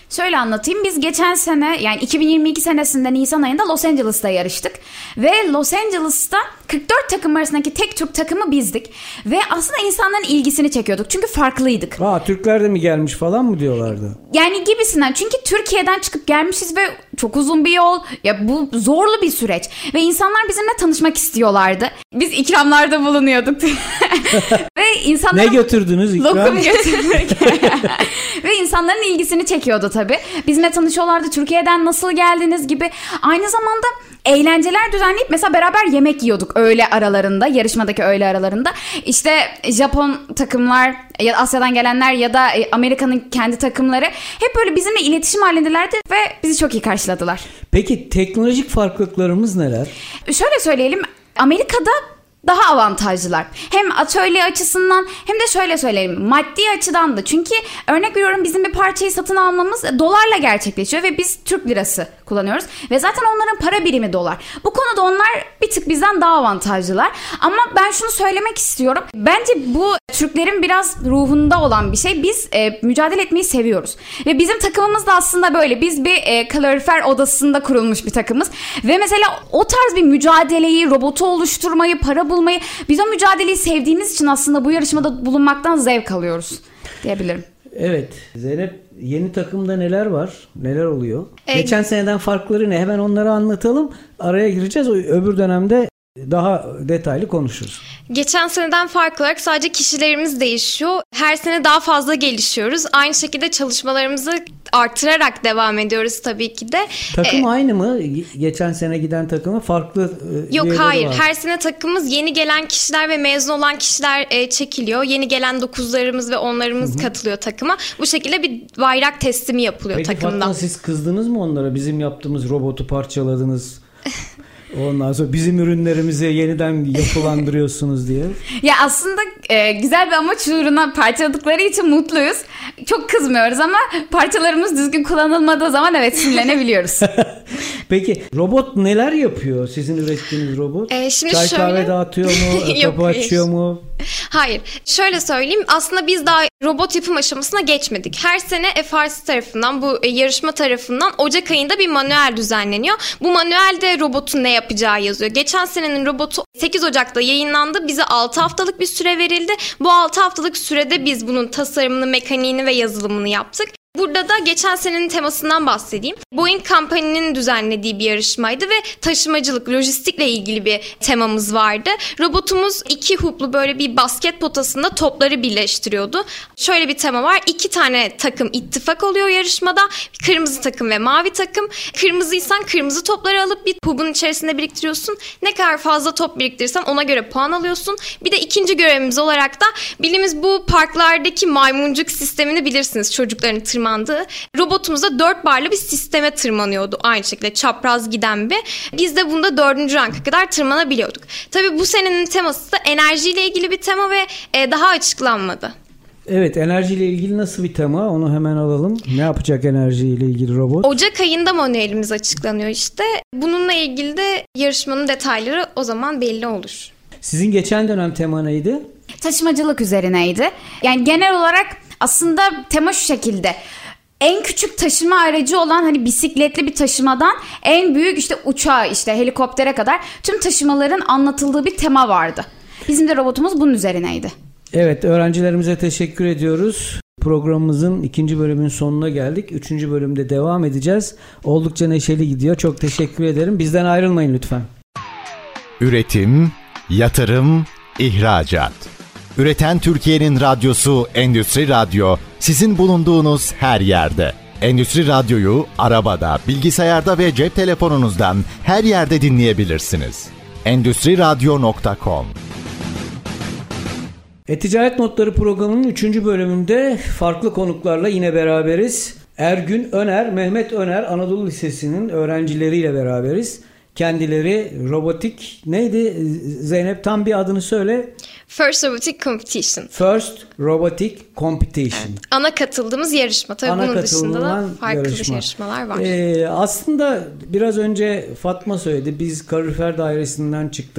Şöyle anlatayım. Biz geçen sene yani iki bin yirmi iki senesinde Nisan ayında Los Angeles'ta yarıştık. Ve Los Angeles'ta kırk dört takım arasındaki tek Türk takımı bizdik. Ve aslında insanların ilgisini çekiyorduk. Çünkü farklıydık. Aa, Türkler de mi gelmiş falan mı diyorlardı? Yani gibisinden. Çünkü Türkiye'den çıkıp gelmişiz ve çok uzun bir yol. Ya bu zorlu bir süreç. Ve insanlar bizimle tanışmak istiyorlardı. Biz ikramlarda bulunuyorduk. Ve insanlar ne götürdünüz ikram? Lokum götürdük. Ve insanların ilgisini çekiyordu tabii. Bizimle tanışıyorlardı. Türkiye'den nasıl geldiniz gibi. Aynı zamanda eğlenceler düzenleyip mesela beraber yemek yiyorduk öğle aralarında, yarışmadaki öğle aralarında. İşte Japon takımlar ya Asya'dan gelenler ya da Amerika'nın kendi takımları hep böyle bizimle iletişim halindelerdi ve bizi çok iyi karşıladılar. Peki teknolojik farklılıklarımız neler? Şöyle söyleyelim, Amerika'da daha avantajlılar. Hem atölye açısından hem de şöyle söyleyeyim maddi açıdan da. Çünkü örnek veriyorum bizim bir parçayı satın almamız dolarla gerçekleşiyor ve biz Türk lirası kullanıyoruz. Ve zaten onların para birimi dolar. Bu konuda onlar bir tık bizden daha avantajlılar. Ama ben şunu söylemek istiyorum. Bence bu Türklerin biraz ruhunda olan bir şey. Biz e, mücadele etmeyi seviyoruz. Ve bizim takımımız da aslında böyle. Biz bir e, kalorifer odasında kurulmuş bir takımız. Ve mesela o tarz bir mücadeleyi, robotu oluşturmayı, para bulmayı, biz o mücadeleyi sevdiğimiz için aslında bu yarışmada bulunmaktan zevk alıyoruz diyebilirim. Evet. Zeynep, yeni takımda neler var? Neler oluyor? E, Geçen seneden farkları ne? Hemen onları anlatalım. Araya gireceğiz. Öbür dönemde daha detaylı konuşuruz. Geçen seneden farklı olarak sadece kişilerimiz değişiyor. Her sene daha fazla gelişiyoruz. Aynı şekilde çalışmalarımızı artırarak devam ediyoruz tabii ki de. Takım ee, aynı mı? Geçen sene giden takımı farklı e, Yok hayır. var. Her sene takımımız yeni gelen kişiler ve mezun olan kişiler e, çekiliyor. Yeni gelen dokuzlarımız ve onlarımız Hı-hı. katılıyor takıma. Bu şekilde bir bayrak teslimi yapılıyor Peki takımdan. Fatma, siz kızdınız mı onlara? Bizim yaptığımız robotu parçaladınız. Ondan sonra bizim ürünlerimizi yeniden yapılandırıyorsunuz diye. Ya aslında e, güzel bir amaç uğruna parçaladıkları için mutluyuz. Çok kızmıyoruz ama parçalarımız düzgün kullanılmadığı zaman evet sinirlenebiliyoruz. Peki robot neler yapıyor? Sizin ürettiğiniz robot? Ee, şimdi Çay şöyle... kahve dağıtıyor mu? Kapı açıyor mu? Hayır. Şöyle söyleyeyim. Aslında biz daha robot yapım aşamasına geçmedik. Her sene F R C tarafından, bu yarışma tarafından Ocak ayında bir manuel düzenleniyor. Bu manuelde robotun ne yapacağı yazıyor. Geçen senenin robotu sekiz Ocak'ta yayınlandı. Bize altı haftalık bir süre verildi. Bu altı haftalık sürede biz bunun tasarımını, mekaniğini ve yazılımını yaptık. Burada da geçen senenin temasından bahsedeyim. Boeing Company'nin düzenlediği bir yarışmaydı ve taşımacılık, lojistikle ilgili bir temamız vardı. Robotumuz iki huplu böyle bir basket potasında topları birleştiriyordu. Şöyle bir tema var. İki tane takım ittifak oluyor yarışmada. Kırmızı takım ve mavi takım. Kırmızıysan kırmızı topları alıp bir hubun içerisinde biriktiriyorsun. Ne kadar fazla top biriktirirsen ona göre puan alıyorsun. Bir de ikinci görevimiz olarak da bildiğimiz bu parklardaki maymuncuk sistemini bilirsiniz, çocukların tırmandığı. Robotumuzda dört barlı bir sisteme tırmanıyordu. Aynı şekilde çapraz giden bir. Biz de bunda dördüncü ranka kadar tırmanabiliyorduk. Tabii bu senenin teması da enerjiyle ilgili bir tema ve daha açıklanmadı. Evet, enerjiyle ilgili nasıl bir tema? Onu hemen alalım. Ne yapacak enerjiyle ilgili robot? Ocak ayında manuelimiz açıklanıyor işte. Bununla ilgili de yarışmanın detayları o zaman belli olur. Sizin geçen dönem tema neydi? Taşımacılık üzerineydi. Yani genel olarak aslında tema şu şekilde. En küçük taşıma aracı olan hani bisikletli bir taşımadan en büyük işte uçağa, işte helikoptere kadar tüm taşımaların anlatıldığı bir tema vardı. Bizim de robotumuz bunun üzerineydi. Evet, öğrencilerimize teşekkür ediyoruz. Programımızın ikinci bölümünün sonuna geldik. Üçüncü bölümde devam edeceğiz. Oldukça neşeli gidiyor. Çok teşekkür ederim. Bizden ayrılmayın lütfen. Üretim, yatırım, ihracat. Üreten Türkiye'nin radyosu Endüstri Radyo, sizin bulunduğunuz her yerde. Endüstri Radyo'yu arabada, bilgisayarda ve cep telefonunuzdan her yerde dinleyebilirsiniz. endüstri radyo nokta com. E-Ticaret Notları programının üçüncü bölümünde farklı konuklarla yine beraberiz. Ergün Öner, Mehmet Öner Anadolu Lisesi'nin öğrencileriyle beraberiz. Kendileri robotik neydi Zeynep, tam bir adını söyle. First Robotic Competition. First Robotic Competition. Evet. Ana katıldığımız yarışma. Tabii Ana bunun dışında da farklı yarışma. yarışmalar var. Ee, aslında biraz önce Fatma söyledi. Biz kalorifer dairesinden çıktık.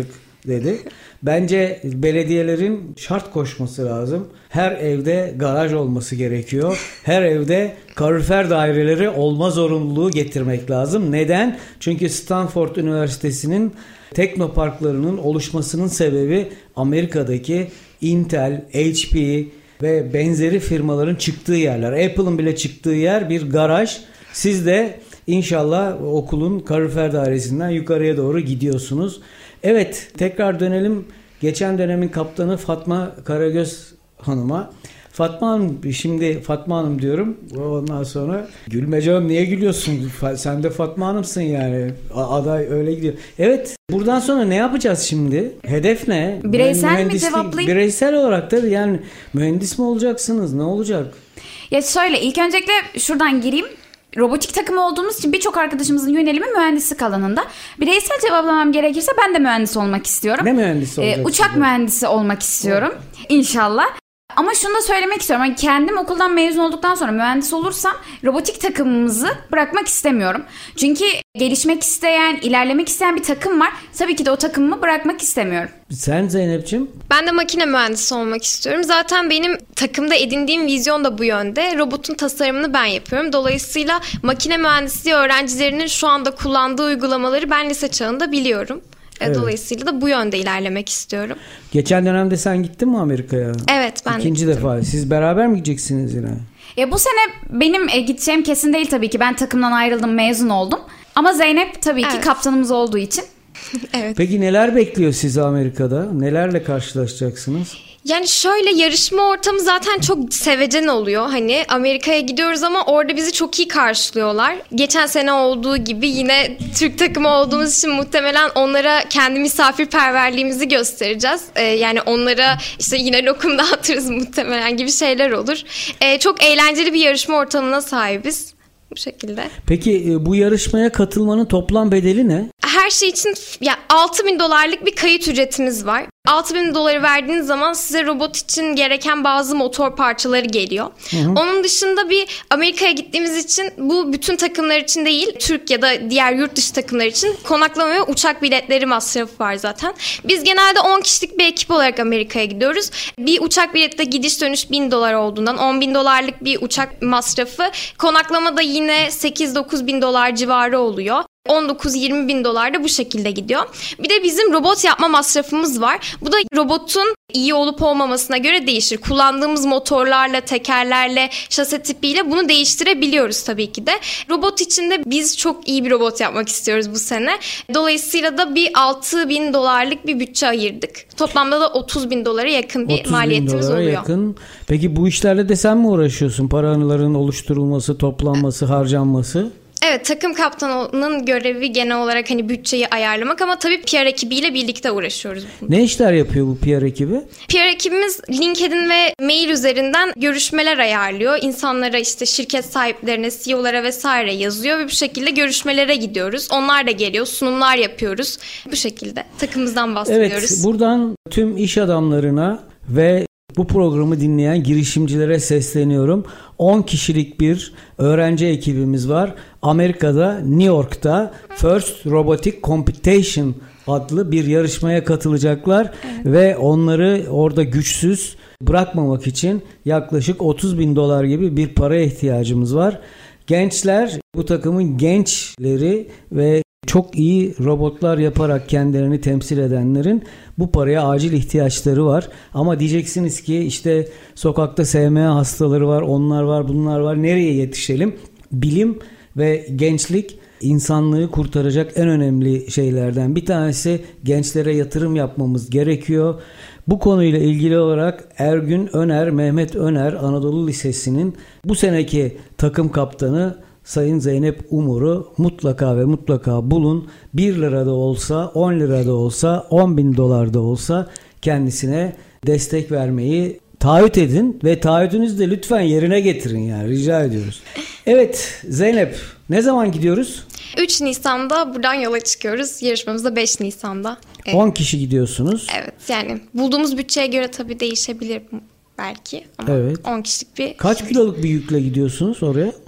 dedi. Bence belediyelerin şart koşması lazım. Her evde garaj olması gerekiyor. Her evde kalorifer daireleri olma zorunluluğu getirmek lazım. Neden? Çünkü Stanford Üniversitesi'nin teknoparklarının oluşmasının sebebi Amerika'daki Intel, H P ve benzeri firmaların çıktığı yerler. Apple'ın bile çıktığı yer bir garaj. Siz de İnşallah okulun kalorifer dairesinden yukarıya doğru gidiyorsunuz. Evet, tekrar dönelim geçen dönemin kaptanı Fatma Karagöz Hanım'a. Fatma Hanım, şimdi Fatma Hanım diyorum. Ondan sonra gülme canım, niye gülüyorsun? Sen de Fatma Hanım'sın yani. Aday öyle gidiyor. Evet, buradan sonra ne yapacağız şimdi? Hedef ne? Bireysel mi cevaplayayım? Bireysel olarak tabii, yani mühendis mi olacaksınız? Ne olacak? Ya şöyle, ilk öncelikle şuradan gireyim. Robotik takımı olduğumuz için birçok arkadaşımızın yönelimi mühendislik alanında. Bireysel cevaplamam gerekirse ben de mühendis olmak istiyorum. Ne mühendisi olacaksın? Ee, uçak mühendisi olmak istiyorum. Evet. İnşallah. Ama şunu da söylemek istiyorum. Yani kendim okuldan mezun olduktan sonra mühendis olursam robotik takımımızı bırakmak istemiyorum. Çünkü gelişmek isteyen, ilerlemek isteyen bir takım var. Tabii ki de o takımımı bırakmak istemiyorum. Sen Zeynep'ciğim? Ben de makine mühendisi olmak istiyorum. Zaten benim takımda edindiğim vizyon da bu yönde. Robotun tasarımını ben yapıyorum. Dolayısıyla makine mühendisliği öğrencilerinin şu anda kullandığı uygulamaları ben lise çağında biliyorum. Evet. Dolayısıyla da bu yönde ilerlemek istiyorum. Geçen dönemde sen gittin mi Amerika'ya? Evet, ben İkinci de defa. Siz beraber mi gideceksiniz yine? Ya bu sene benim gideceğim kesin değil tabii ki. Ben takımdan ayrıldım, mezun oldum. Ama Zeynep tabii ki evet. kaptanımız olduğu için. Evet. Peki neler bekliyor sizi Amerika'da? Nelerle karşılaşacaksınız? Yani şöyle, yarışma ortamı zaten çok sevecen oluyor. Hani Amerika'ya gidiyoruz ama orada bizi çok iyi karşılıyorlar. Geçen sene olduğu gibi yine Türk takımı olduğumuz için muhtemelen onlara kendi misafirperverliğimizi göstereceğiz. Ee, yani onlara işte yine lokum dağıtırız muhtemelen gibi şeyler olur. Ee, çok eğlenceli bir yarışma ortamına sahibiz. Bu şekilde. Peki bu yarışmaya katılmanın toplam bedeli ne? Her şey için ya altı bin dolarlık bir kayıt ücretimiz var. altı bin doları verdiğiniz zaman size robot için gereken bazı motor parçaları geliyor. Hı hı. Onun dışında bir Amerika'ya gittiğimiz için bu bütün takımlar için değil, Türk ya da diğer yurt dışı takımlar için konaklama ve uçak biletleri masrafı var zaten. Biz genelde on kişilik bir ekip olarak Amerika'ya gidiyoruz. Bir uçak bileti de gidiş dönüş bin dolar olduğundan on bin dolarlık bir uçak masrafı. Konaklama da yine sekiz dokuz bin dolar civarı oluyor. on dokuz yirmi bin dolar da bu şekilde gidiyor. Bir de bizim robot yapma masrafımız var. Bu da robotun iyi olup olmamasına göre değişir. Kullandığımız motorlarla, tekerlerle, şase tipiyle bunu değiştirebiliyoruz tabii ki de. Robot için de biz çok iyi bir robot yapmak istiyoruz bu sene. Dolayısıyla da bir altı bin dolarlık bir bütçe ayırdık. Toplamda da otuz bin dolara yakın bir maliyetimiz oluyor. Yakın. Peki bu işlerle de sen mi uğraşıyorsun? Para anıların oluşturulması, toplanması, harcanması? Evet, takım kaptanının görevi genel olarak hani bütçeyi ayarlamak ama tabii P R ekibiyle birlikte uğraşıyoruz. Ne işler yapıyor bu P R ekibi? P R ekibimiz LinkedIn ve mail üzerinden görüşmeler ayarlıyor. İnsanlara, işte şirket sahiplerine, C E O'lara vesaire yazıyor ve bu şekilde görüşmelere gidiyoruz. Onlar da geliyor, sunumlar yapıyoruz. Bu şekilde takımımızdan bahsediyoruz. Evet, buradan tüm iş adamlarına ve bu programı dinleyen girişimcilere sesleniyorum. on kişilik bir öğrenci ekibimiz var. Amerika'da, New York'ta First Robotic Competition adlı bir yarışmaya katılacaklar. Evet. Ve onları orada güçsüz bırakmamak için yaklaşık otuz bin dolar gibi bir paraya ihtiyacımız var. Gençler, bu takımın gençleri ve çok iyi robotlar yaparak kendilerini temsil edenlerin bu paraya acil ihtiyaçları var. Ama diyeceksiniz ki işte sokakta S M A hastaları var, onlar var, bunlar var. Nereye yetişelim? Bilim ve gençlik insanlığı kurtaracak en önemli şeylerden bir tanesi. Gençlere yatırım yapmamız gerekiyor. Bu konuyla ilgili olarak Ergün Öner, Mehmet Öner Anadolu Lisesi'nin bu seneki takım kaptanı Sayın Zeynep Umur'u mutlaka ve mutlaka bulun. bir lira da olsa, on lira da olsa, on bin dolar da olsa kendisine destek vermeyi taahhüt edin ve taahhütünüzü de lütfen yerine getirin, yani rica ediyoruz. Evet Zeynep, ne zaman gidiyoruz? üç Nisan'da buradan yola çıkıyoruz. Yarışmamız da beş Nisan'da. Evet. on kişi gidiyorsunuz. Evet, yani bulduğumuz bütçeye göre tabii değişebilir belki ama evet. on kişilik bir... Kaç kiloluk bir yükle gidiyorsunuz oraya?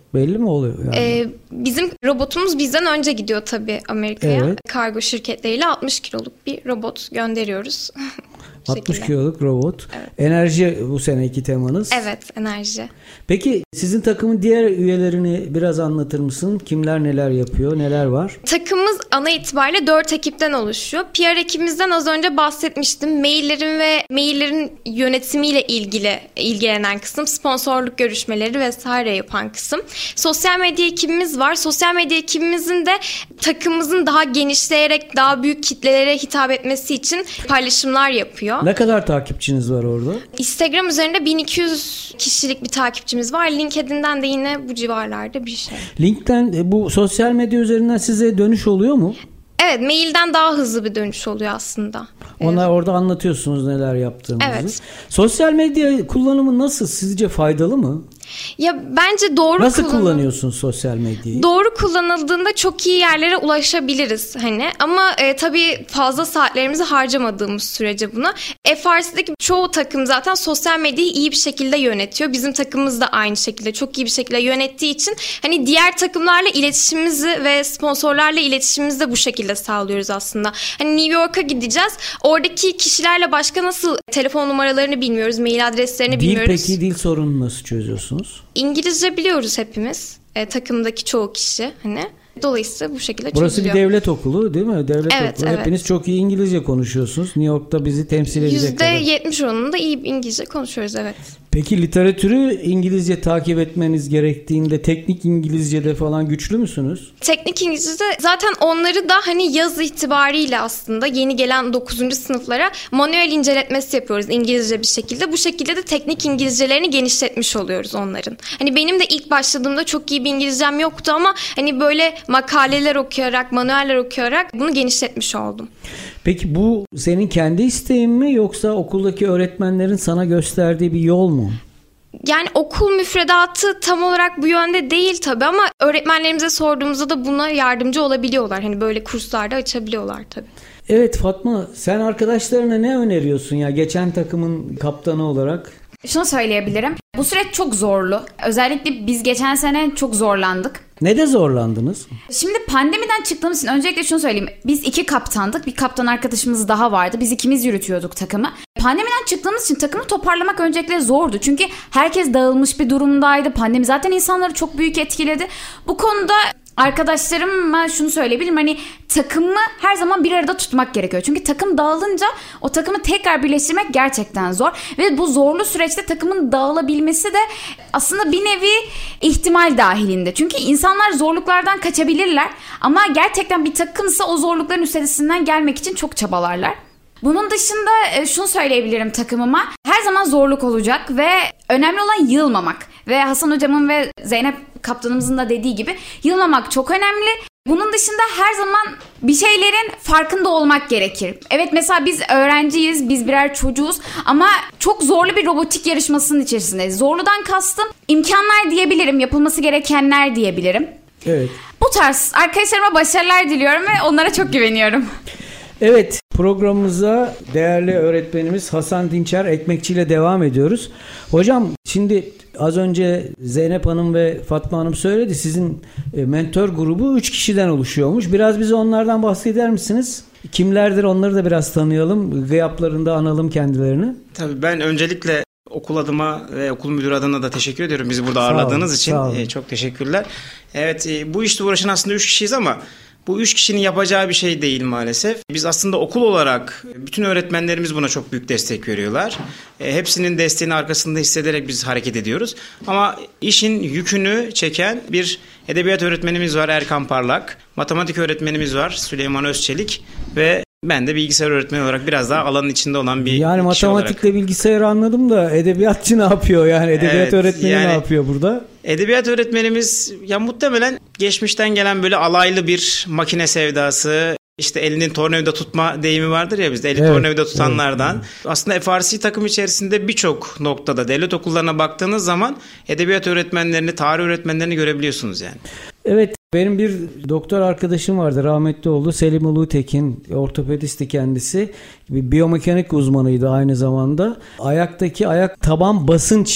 Belli mi oluyor? Yani? Ee, bizim robotumuz bizden önce gidiyor tabii Amerika'ya. Evet. Kargo şirketleriyle altmış kiloluk bir robot gönderiyoruz. altmış kiloluk robot. Evet. Enerji bu seneki temanız. Evet, enerji. Peki sizin takımın diğer üyelerini biraz anlatır mısın? Kimler neler yapıyor, neler var? Takımımız ana itibariyle dört ekipten oluşuyor. P R ekibimizden az önce bahsetmiştim. Maillerin ve maillerin yönetimiyle ilgili ilgilenen kısım, sponsorluk görüşmeleri vesaire yapan kısım. Sosyal medya ekibimiz var. Sosyal medya ekibimizin de takımımızın daha genişleyerek daha büyük kitlelere hitap etmesi için paylaşımlar yapıyor. Ne kadar takipçiniz var orada? Instagram üzerinde bin iki yüz kişilik bir takipçimiz var. LinkedIn'den de yine bu civarlarda bir şey. LinkedIn bu sosyal medya üzerinden size dönüş oluyor mu? Evet, mailden daha hızlı bir dönüş oluyor aslında. Onlar evet. Orada anlatıyorsunuz neler yaptığınızı. Evet. Sosyal medya kullanımı nasıl? Sizce faydalı mı? Ya bence doğru Nasıl kullanıl- kullanıyorsun sosyal medyayı? Doğru kullanıldığında çok iyi yerlere ulaşabiliriz hani. Ama e, tabii fazla saatlerimizi harcamadığımız sürece buna. F R C'deki çoğu takım zaten sosyal medyayı iyi bir şekilde yönetiyor. Bizim takımımız da aynı şekilde çok iyi bir şekilde yönettiği için hani diğer takımlarla iletişimimizi ve sponsorlarla iletişimimizi de bu şekilde sağlıyoruz aslında. Hani New York'a gideceğiz. Oradaki kişilerle başka nasıl telefon numaralarını bilmiyoruz, mail adreslerini Dil bilmiyoruz. peki dil sorununu nasıl çözüyorsunuz? İngilizce biliyoruz hepimiz. E, takımdaki çoğu kişi hani. Dolayısıyla bu şekilde Burası çözülüyor. bir devlet okulu değil mi? Devlet Evet, okulu. evet. Hepiniz çok iyi İngilizce konuşuyorsunuz. New York'ta bizi temsil edecek yüzde kadar. yetmiş oranında iyi İngilizce konuşuyoruz, evet. Peki literatürü İngilizce takip etmeniz gerektiğinde teknik İngilizce'de falan güçlü müsünüz? Teknik İngilizce'de zaten onları da hani yaz itibariyle aslında yeni gelen dokuzuncu sınıflara manuel inceletmesi yapıyoruz İngilizce bir şekilde. Bu şekilde de teknik İngilizcelerini genişletmiş oluyoruz onların. Hani benim de ilk başladığımda çok iyi bir İngilizcem yoktu ama hani böyle makaleler okuyarak, manueller okuyarak bunu genişletmiş oldum. Peki bu senin kendi isteğin mi yoksa okuldaki öğretmenlerin sana gösterdiği bir yol mu? Yani okul müfredatı tam olarak bu yönde değil tabii ama öğretmenlerimize sorduğumuzda da buna yardımcı olabiliyorlar. Hani böyle kurslarda açabiliyorlar tabii. Evet Fatma, sen arkadaşlarına ne öneriyorsun ya geçen takımın kaptanı olarak? Şunu söyleyebilirim. Bu süreç çok zorlu. Özellikle biz geçen sene çok zorlandık. Ne de zorlandınız? Şimdi pandemiden çıktığımız için öncelikle şunu söyleyeyim. Biz iki kaptandık. Bir kaptan arkadaşımız daha vardı. Biz ikimiz yürütüyorduk takımı. Pandemiden çıktığımız için takımı toparlamak öncelikle zordu. Çünkü herkes dağılmış bir durumdaydı. Pandemi zaten insanları çok büyük etkiledi. Bu konuda arkadaşlarıma şunu söyleyebilirim. Hani takımı her zaman bir arada tutmak gerekiyor. Çünkü takım dağılınca o takımı tekrar birleştirmek gerçekten zor. Ve bu zorlu süreçte takımın dağılabilmesi de aslında bir nevi ihtimal dahilinde. Çünkü insanlar zorluklardan kaçabilirler. Ama gerçekten bir takımsa o zorlukların üstesinden gelmek için çok çabalarlar. Bunun dışında şunu söyleyebilirim takımıma. Her zaman zorluk olacak ve önemli olan yılmamak. Ve Hasan hocamın ve Zeynep kaptanımızın da dediği gibi yılmamak çok önemli. Bunun dışında her zaman bir şeylerin farkında olmak gerekir. Evet mesela biz öğrenciyiz, biz birer çocuğuz ama çok zorlu bir robotik yarışmasının içerisindeyiz. Zorludan kastım imkanlar diyebilirim, yapılması gerekenler diyebilirim. Evet. Bu tarz arkadaşlarıma başarılar diliyorum ve onlara çok güveniyorum. Evet, programımıza değerli öğretmenimiz Hasan Dinçer Ekmekçi ile devam ediyoruz. Hocam şimdi az önce Zeynep Hanım ve Fatma Hanım söyledi. Sizin mentor grubu üç kişiden oluşuyormuş. Biraz bize onlardan bahseder misiniz? Kimlerdir onları da biraz tanıyalım. Gıyaplarında analım kendilerini. Tabii ben öncelikle okul adıma ve okul müdürü adına da teşekkür ediyorum bizi burada ağırladığınız için. Ee, çok teşekkürler. Evet e, bu işte uğraşan aslında üç kişiyiz ama bu üç kişinin yapacağı bir şey değil maalesef. Biz aslında okul olarak bütün öğretmenlerimiz buna çok büyük destek veriyorlar. E, hepsinin desteğini arkasında hissederek biz hareket ediyoruz. Ama işin yükünü çeken bir edebiyat öğretmenimiz var Erkan Parlak. Matematik öğretmenimiz var Süleyman Özçelik ve ben de bilgisayar öğretmeni olarak biraz daha alanın içinde olan bir yani kişi olarak. matematikle bilgisayarı anladım da edebiyatçı ne yapıyor yani edebiyat evet, öğretmeni yani, ne yapıyor burada? Edebiyat öğretmenimiz ya muhtemelen geçmişten gelen böyle alaylı bir makine sevdası, işte elinin tornavida tutma deyimi vardır ya bizde eli evet, tornavida tutanlardan. Evet, evet. Aslında F R C takım içerisinde birçok noktada devlet okullarına baktığınız zaman edebiyat öğretmenlerini, tarih öğretmenlerini görebiliyorsunuz yani. Evet, benim bir doktor arkadaşım vardı, rahmetli oldu. Selim Ulutekin, ortopedisti kendisi. Bir biyomekanik uzmanıydı aynı zamanda. Ayaktaki ayak taban basınç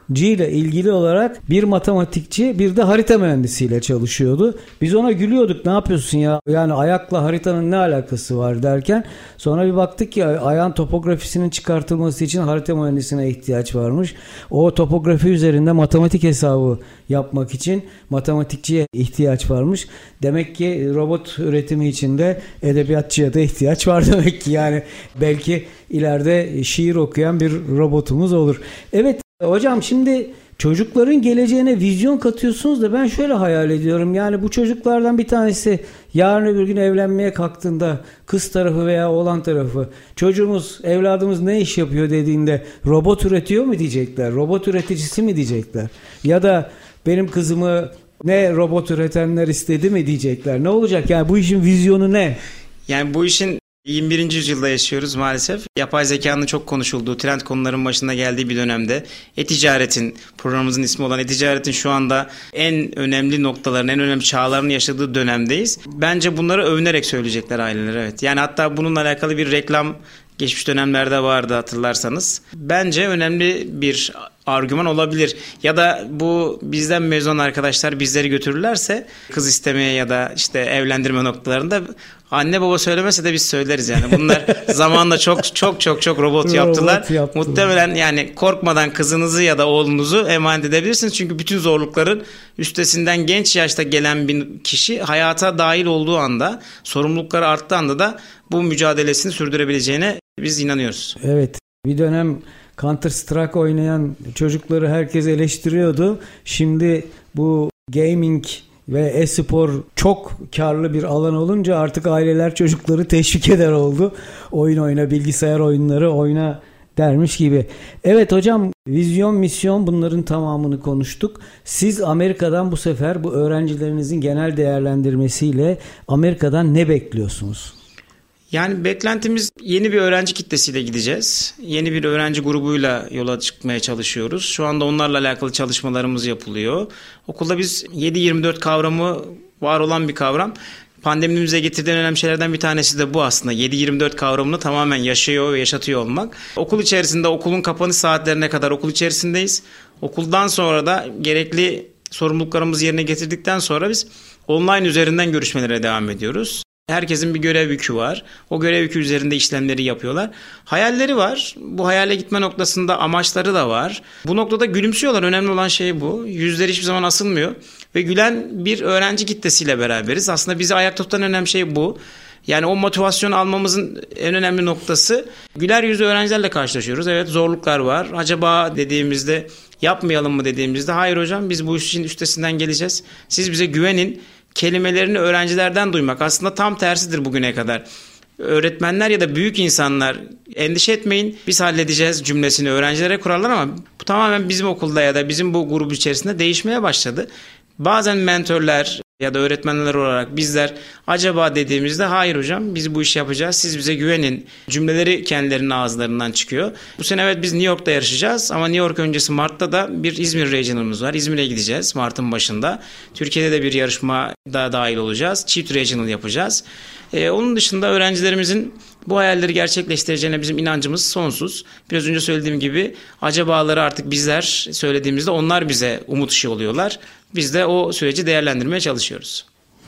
ile ilgili olarak bir matematikçi bir de harita mühendisiyle çalışıyordu. Biz ona gülüyorduk, ne yapıyorsun ya? Yani ayakla haritanın ne alakası var derken sonra bir baktık ki ayağın topografisinin çıkartılması için harita mühendisine ihtiyaç varmış. O topografi üzerinde matematik hesabı yapmak için matematikçiye ihtiyaç varmış. Demek ki robot üretimi için de edebiyatçıya da ihtiyaç var demek ki. Yani belki ileride şiir okuyan bir robotumuz olur. Evet hocam, şimdi çocukların geleceğine vizyon katıyorsunuz da ben şöyle hayal ediyorum. Yani bu çocuklardan bir tanesi yarın öbür gün evlenmeye kalktığında kız tarafı veya oğlan tarafı çocuğumuz, evladımız ne iş yapıyor dediğinde robot üretiyor mu diyecekler? Robot üreticisi mi diyecekler? Ya da benim kızımı ne robot üretenler istedi mi diyecekler? Ne olacak? Yani bu işin vizyonu ne? Yani bu işin yirmi birinci yüzyılda yaşıyoruz maalesef. Yapay zekanın çok konuşulduğu, trend konuların başında geldiği bir dönemde e-ticaretin, programımızın ismi olan e-ticaretin şu anda en önemli noktaların, en önemli çağlarını yaşadığı dönemdeyiz. Bence bunları övünerek söyleyecekler aileler, evet. Yani hatta bununla alakalı bir reklam geçmiş dönemlerde vardı hatırlarsanız. Bence önemli bir argüman olabilir. Ya da bu bizden mezun arkadaşlar bizleri götürürlerse kız istemeye ya da işte evlendirme noktalarında anne baba söylemese de biz söyleriz yani. Bunlar zamanla çok çok çok çok robot yaptılar. Robot yaptılar. Muhtemelen yani korkmadan kızınızı ya da oğlunuzu emanet edebilirsiniz. Çünkü bütün zorlukların üstesinden genç yaşta gelen bir kişi hayata dahil olduğu anda, sorumlulukları arttığı anda da bu mücadelesini sürdürebileceğine biz inanıyoruz. Evet, bir dönem Counter Strike oynayan çocukları herkes eleştiriyordu. Şimdi bu gaming ve e-spor çok karlı bir alan olunca artık aileler çocukları teşvik eder oldu. Oyun oyna, bilgisayar oyunları oyna dermiş gibi. Evet hocam, vizyon, misyon, bunların tamamını konuştuk. Siz Amerika'dan bu sefer bu öğrencilerinizin genel değerlendirmesiyle Amerika'dan ne bekliyorsunuz? Yani beklentimiz yeni bir öğrenci kitlesiyle gideceğiz. Yeni bir öğrenci grubuyla yola çıkmaya çalışıyoruz. Şu anda onlarla alakalı çalışmalarımız yapılıyor. Okulda biz yedi yirmi dört kavramı var olan bir kavram. Pandeminin bize getirdiği önemli şeylerden bir tanesi de bu aslında. yedi yirmi dört kavramını tamamen yaşıyor ve yaşatıyor olmak. Okul içerisinde okulun kapanış saatlerine kadar okul içerisindeyiz. Okuldan sonra da gerekli sorumluluklarımızı yerine getirdikten sonra biz online üzerinden görüşmelere devam ediyoruz. Herkesin bir görev yükü var. O görev yükü üzerinde işlemleri yapıyorlar. Hayalleri var. Bu hayale gitme noktasında amaçları da var. Bu noktada gülümsüyorlar. Önemli olan şey bu. Yüzleri hiçbir zaman asılmıyor. Ve gülen bir öğrenci kitlesiyle beraberiz. Aslında bizi ayakta tutan önemli şey bu. Yani o motivasyonu almamızın en önemli noktası, güler yüzlü öğrencilerle karşılaşıyoruz. Evet, zorluklar var. Acaba dediğimizde, yapmayalım mı dediğimizde, hayır hocam biz bu işin üstesinden geleceğiz. Siz bize güvenin. Kelimelerini öğrencilerden duymak aslında tam tersidir bugüne kadar. Öğretmenler ya da büyük insanlar endişe etmeyin biz halledeceğiz cümlesini öğrencilere kurarlar ama bu tamamen bizim okulda ya da bizim bu grup içerisinde değişmeye başladı. Bazen mentörler ya da öğretmenler olarak bizler acaba dediğimizde hayır hocam biz bu işi yapacağız, siz bize güvenin cümleleri kendilerinin ağızlarından çıkıyor. Bu sene evet biz New York'ta yarışacağız ama New York öncesi Mart'ta da bir İzmir Regional'ımız var. İzmir'e gideceğiz Mart'ın başında. Türkiye'de de bir yarışma da dahil olacağız. Çift Regional yapacağız. Ee, onun dışında öğrencilerimizin bu hayalleri gerçekleştireceğine bizim inancımız sonsuz. Biraz önce söylediğim gibi acabaları artık bizler söylediğimizde onlar bize umut ışığı oluyorlar. Biz de o süreci değerlendirmeye çalışıyoruz.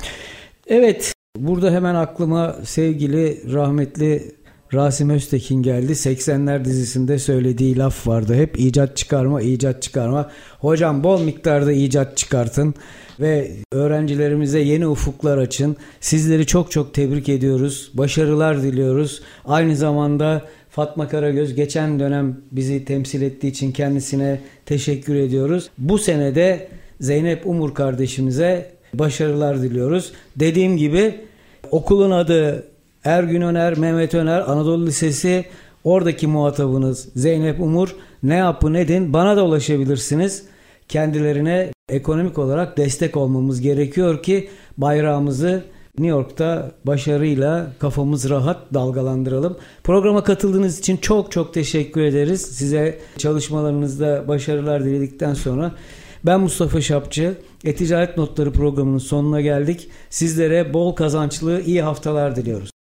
Evet, burada hemen aklıma sevgili rahmetli Rasim Öztekin geldi. seksenler dizisinde söylediği laf vardı. Hep icat çıkarma, icat çıkarma. Hocam bol miktarda icat çıkartın ve öğrencilerimize yeni ufuklar açın. Sizleri çok çok tebrik ediyoruz. Başarılar diliyoruz. Aynı zamanda Fatma Karagöz geçen dönem bizi temsil ettiği için kendisine teşekkür ediyoruz. Bu sene de Zeynep Umur kardeşimize başarılar diliyoruz. Dediğim gibi okulun adı Ergün Öner, Mehmet Öner Anadolu Lisesi. Oradaki muhatabınız Zeynep Umur. Ne yapın edin, bana da ulaşabilirsiniz. Kendilerine ekonomik olarak destek olmamız gerekiyor ki bayrağımızı New York'ta başarıyla kafamız rahat dalgalandıralım. Programa katıldığınız için çok çok teşekkür ederiz. Size çalışmalarınızda başarılar diledikten sonra ben Mustafa Şapçı. E-Ticaret Notları programının sonuna geldik. Sizlere bol kazançlı iyi haftalar diliyoruz.